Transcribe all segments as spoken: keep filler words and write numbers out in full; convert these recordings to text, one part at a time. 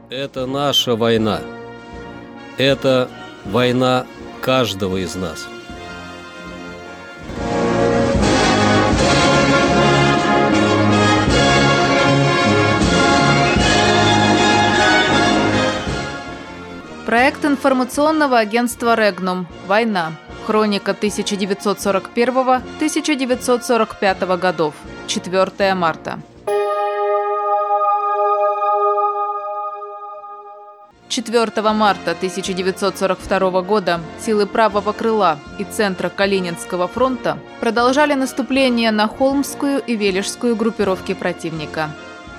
Это наша война. Это война каждого из нас. Проект информационного агентства «Регнум. Война. Хроника тысяча девятьсот сорок первого — тысяча девятьсот сорок пятого годов. четвёртого марта. четвёртого марта тысяча девятьсот сорок второго года силы правого крыла и центра Калининского фронта продолжали наступление на Холмскую и Вележскую группировки противника.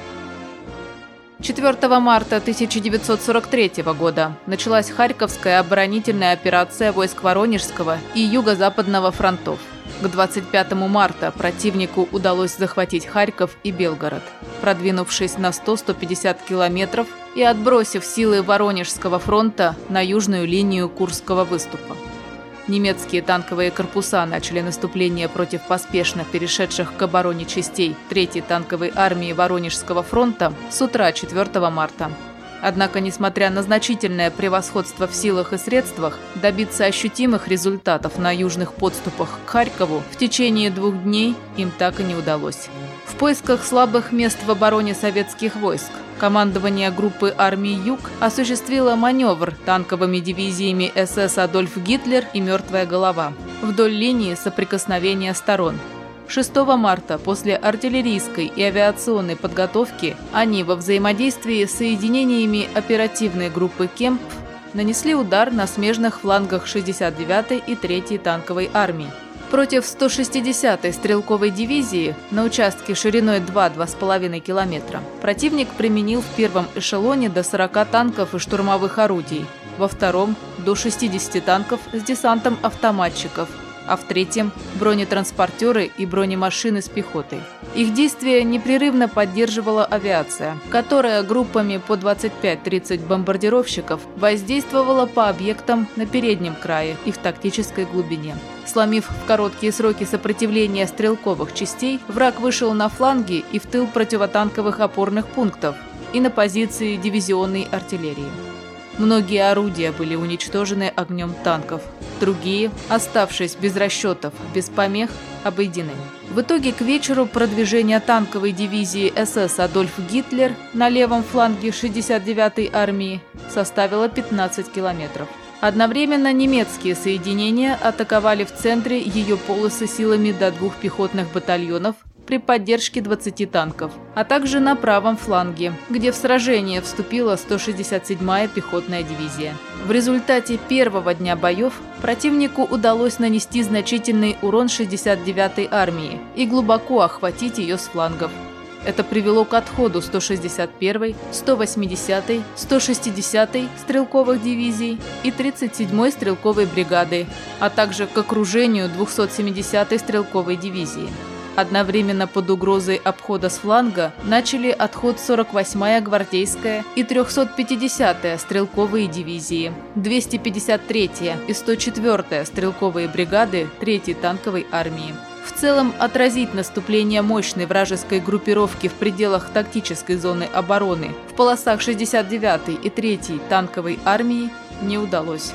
четвёртого марта тысяча девятьсот сорок третьего года началась Харьковская оборонительная операция войск Воронежского и Юго-Западного фронтов. К двадцать пятому марта противнику удалось захватить Харьков и Белгород, продвинувшись на сто — сто пятьдесят километров и отбросив силы Воронежского фронта на южную линию Курского выступа. Немецкие танковые корпуса начали наступление против поспешно перешедших к обороне частей третьей танковой армии Воронежского фронта с утра четвёртого марта. Однако, несмотря на значительное превосходство в силах и средствах, добиться ощутимых результатов на южных подступах к Харькову в течение двух дней им так и не удалось. В поисках слабых мест в обороне советских войск командование группы армий «Юг» осуществило маневр танковыми дивизиями эс эс «Адольф Гитлер» и «Мертвая голова» вдоль линии соприкосновения сторон. шестого марта после артиллерийской и авиационной подготовки они во взаимодействии с соединениями оперативной группы «Кемпф» нанесли удар на смежных флангах шестьдесят девятой и третьей танковой армии. Против сто шестидесятой стрелковой дивизии на участке шириной два — два с половиной километра противник применил в первом эшелоне до сорока танков и штурмовых орудий, во втором – до шестидесяти танков с десантом автоматчиков, а в третьем – бронетранспортеры и бронемашины с пехотой. Их действия непрерывно поддерживала авиация, которая группами по двадцать пять — тридцать бомбардировщиков воздействовала по объектам на переднем крае и в тактической глубине. Сломив в короткие сроки сопротивление стрелковых частей, враг вышел на фланги и в тыл противотанковых опорных пунктов и на позиции дивизионной артиллерии. Многие орудия были уничтожены огнем танков, другие, оставшись без расчетов, без помех, обойдены. В итоге к вечеру продвижение танковой дивизии эс эс «Адольф Гитлер» на левом фланге шестьдесят девятой армии составило пятнадцать километров. Одновременно немецкие соединения атаковали в центре ее полосы силами до двух пехотных батальонов при поддержке двадцати танков, а также на правом фланге, где в сражение вступила сто шестьдесят седьмая пехотная дивизия. В результате первого дня боев противнику удалось нанести значительный урон шестьдесят девятой армии и глубоко охватить ее с флангов. Это привело к отходу сто шестьдесят первой, сто восьмидесятой, сто шестидесятой стрелковых дивизий и тридцать седьмой стрелковой бригады, а также к окружению двухсот семидесятой стрелковой дивизии. Одновременно под угрозой обхода с фланга начали отход сорок восьмая гвардейская и трёхсот пятидесятая стрелковые дивизии, двести пятьдесят третья и сто четвёртая стрелковые бригады третьей танковой армии. В целом, отразить наступление мощной вражеской группировки в пределах тактической зоны обороны в полосах шестьдесят девятой и третьей танковой армии не удалось.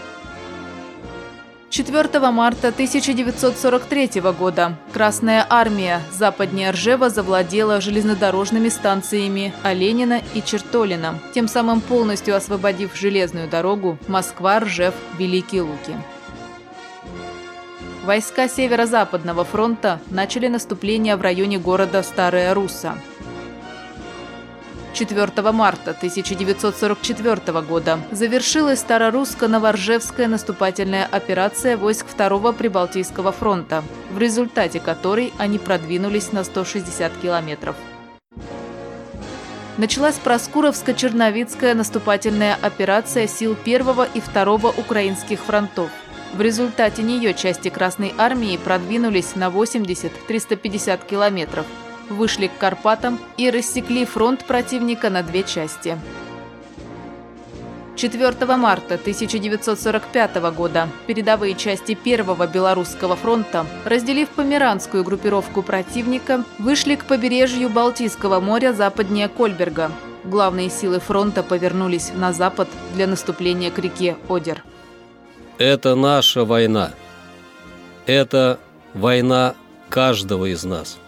четвёртого марта тысяча девятьсот сорок третьего года Красная армия западнее Ржева завладела железнодорожными станциями Оленина и Чертолина, тем самым полностью освободив железную дорогу Москва-Ржев-Великие Луки. Войска Северо-Западного фронта начали наступление в районе города Старая Русса. четвёртого марта тысяча девятьсот сорок четвёртого года завершилась Старорусско-Новоржевская наступательная операция войск второго Прибалтийского фронта, в результате которой они продвинулись на сто шестьдесят километров. Началась Проскуровско-Черновицкая наступательная операция сил первого и второго украинских фронтов. В результате нее части Красной армии продвинулись на восемьдесят — триста пятьдесят километров, вышли к Карпатам и рассекли фронт противника на две части. четвёртого марта тысяча девятьсот сорок пятого года передовые части Первого Белорусского фронта, разделив померанскую группировку противника, вышли к побережью Балтийского моря западнее Кольберга. главные силы фронта повернулись на запад для наступления к реке Одер. Это наша война. Это война каждого из нас.